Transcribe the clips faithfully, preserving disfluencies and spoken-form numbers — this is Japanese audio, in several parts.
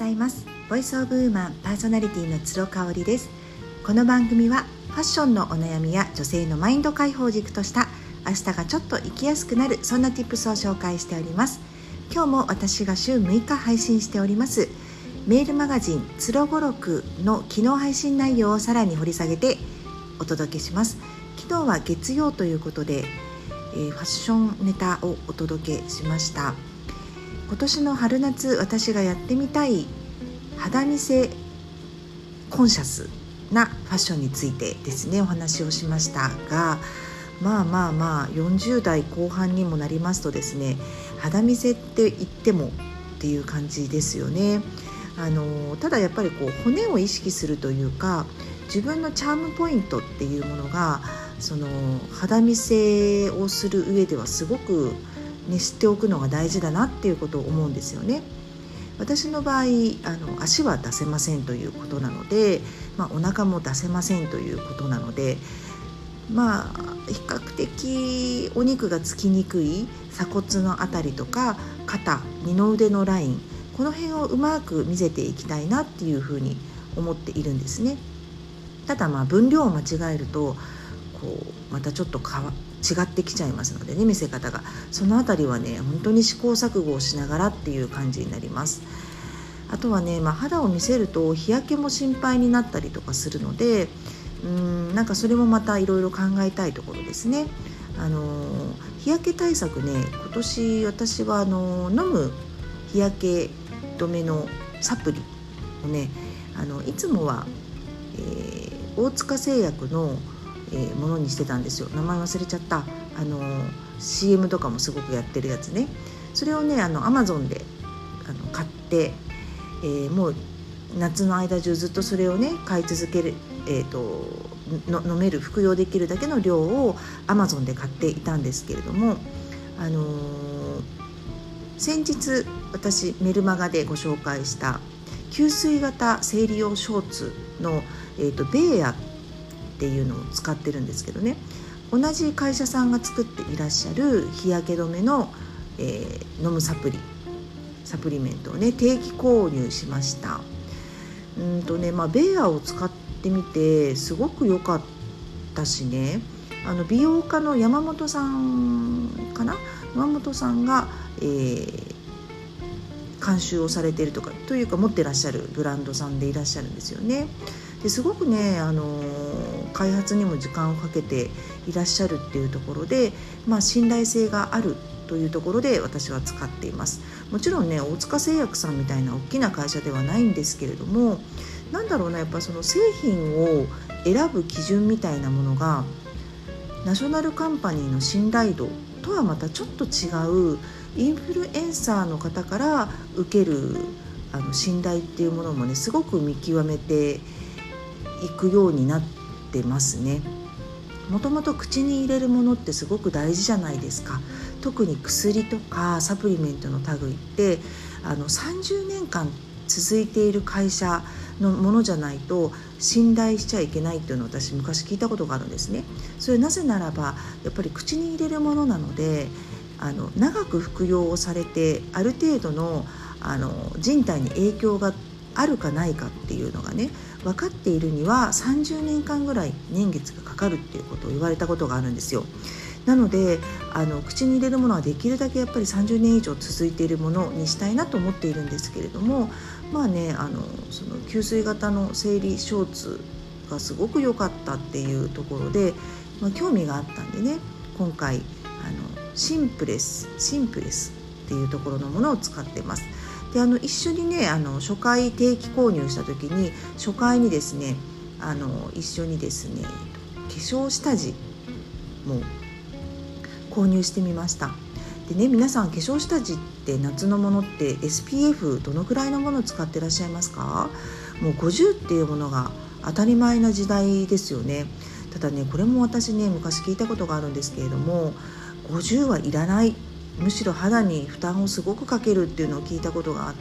ざいます。ボイスオブウーマンパーソナリティの鶴香織です。この番組はファッションのお悩みや女性のマインド解放軸とした明日がちょっと生きやすくなる、そんな tips を紹介しております。今日も私が週むいか配信しておりますメールマガジンつろごろくの昨日配信内容をさらに掘り下げてお届けします。昨日は月曜ということで、えー、ファッションネタをお届けしました。今年の春夏私がやってみたい肌見せコンシャスなファッションについてですねお話をしましたが、まあまあまあよんじゅう代後半にもなりますとですね、肌見せって言ってもっていう感じですよね。あのただやっぱりこう骨を意識するというか、自分のチャームポイントっていうものがその肌見せをする上ではすごくね、知っておくのが大事だなっていうことを思うんですよね。私の場合あの足は出せませんということなので、まあ、お腹も出せませんということなので、まあ比較的お肉がつきにくい鎖骨のあたりとか肩、二の腕のライン、この辺をうまく見せていきたいなっていうふうに思っているんですね。ただまあ分量を間違えるとこうまたちょっと変わ違ってきちゃいますのでね、見せ方がそのあたりはね本当に試行錯誤をしながらっていう感じになります。あとはね、まあ、肌を見せると日焼けも心配になったりとかするので、うーんなんかそれもまたいろいろ考えたいところですね。あの日焼け対策ね、今年私はあの飲む日焼け止めのサプリをね、あのいつもは、えー、大塚製薬のえー、ものにしてたんですよ。名前忘れちゃった。あの シーエム とかもすごくやってるやつね。それをねあの Amazon であの買って、えー、もう夏の間中ずっとそれをね買い続ける、えー、との飲める服用できるだけの量を Amazon で買っていたんですけれども、あのー、先日私メルマガでご紹介した吸水型生理用ショーツの、えー、とベーヤっていうのを使ってるんですけどね、同じ会社さんが作っていらっしゃる日焼け止めの、えー、飲むサプリサプリメントをね定期購入しました。うんとね、まあ、ベーヤを使ってみてすごく良かったしね、あの美容家の山本さんかな山本さんが、えー、監修をされているとかというか持ってらっしゃるブランドさんでいらっしゃるんですよね。ですごくね、あのー、開発にも時間をかけていらっしゃるっていうところで、まあ、信頼性があるというところで私は使っています。もちろんね大塚製薬さんみたいな大きな会社ではないんですけれども、なんだろうな、やっぱその製品を選ぶ基準みたいなものがナショナルカンパニーの信頼度とはまたちょっと違うインフルエンサーの方から受けるあの信頼っていうものもねすごく見極めていくようになってますね。もともと口に入れるものってすごく大事じゃないですか。特に薬とかサプリメントの類ってあのさんじゅうねんかん続いている会社のものじゃないと信頼しちゃいけないっていうのを私昔聞いたことがあるんですね。それなぜならばやっぱり口に入れるものなので、あの長く服用をされてある程度の、あの人体に影響があるかないかっていうのがね分かっているにはさんじゅうねんかんぐらい年月がかかるっていうことを言われたことがあるんですよ。なのであの口に入れるものはできるだけやっぱりさんじゅうねん以上続いているものにしたいなと思っているんですけれども、まあね、あのその吸水型の生理ショーツがすごく良かったっていうところで、まあ、興味があったんでね、今回あのシンプレスシンプレスっていうところのものを使ってます。であの一緒にねあの初回定期購入した時に初回にですねあの一緒にですね化粧下地も購入してみました。でね、皆さん化粧下地って夏のものって エスピーエフ どのくらいのものを使ってらっしゃいますか？もうごじゅうっていうものが当たり前な時代ですよね。ただねこれも私ね昔聞いたことがあるんですけれども、ごじゅうはいらない、むしろ肌に負担をすごくかけるっていうのを聞いたことがあって、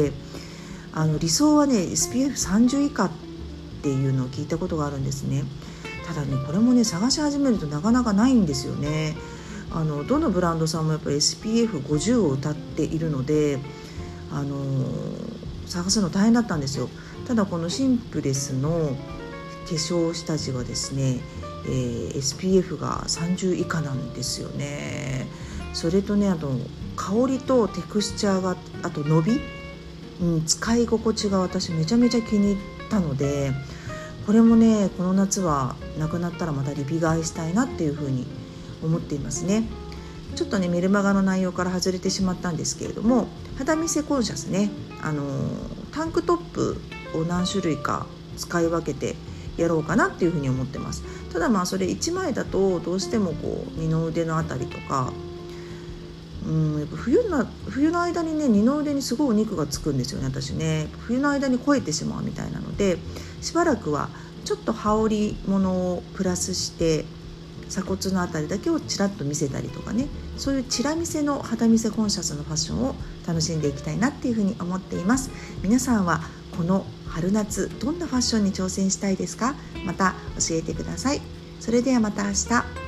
あの理想はね エスピーエフさんじゅう 以下っていうのを聞いたことがあるんですね。ただねこれもね探し始めるとなかなかないんですよね。あのどのブランドさんもやっぱり エスピーエフごじゅう を謳っているので、あの探すの大変だったんですよ。ただこのシンプレスの化粧下地はですね、えー、エスピーエフ がさんじゅう以下なんですよね。それとね、あと香りとテクスチャーが、あと伸び、うん、使い心地が私めちゃめちゃ気に入ったので、これもねこの夏はなくなったらまたリピ買いしたいなっていうふうに思っていますね。ちょっとねメルマガの内容から外れてしまったんですけれども、肌見せコンシャスね、あのタンクトップを何種類か使い分けてやろうかなっていうふうに思ってます。ただまあそれいちまいだとどうしてもこう二の腕のあたりとか、うんやっぱ冬の冬の間にね二の腕にすごいお肉がつくんですよね。私ね冬の間に肥えてしまうみたいなので、しばらくはちょっと羽織物をプラスして鎖骨のあたりだけをちらっと見せたりとかね、そういうチラ見せの肌見せコンシャスのファッションを楽しんでいきたいなっていうふうに思っています。皆さんはこの春夏どんなファッションに挑戦したいですか？また教えてください。それではまた明日。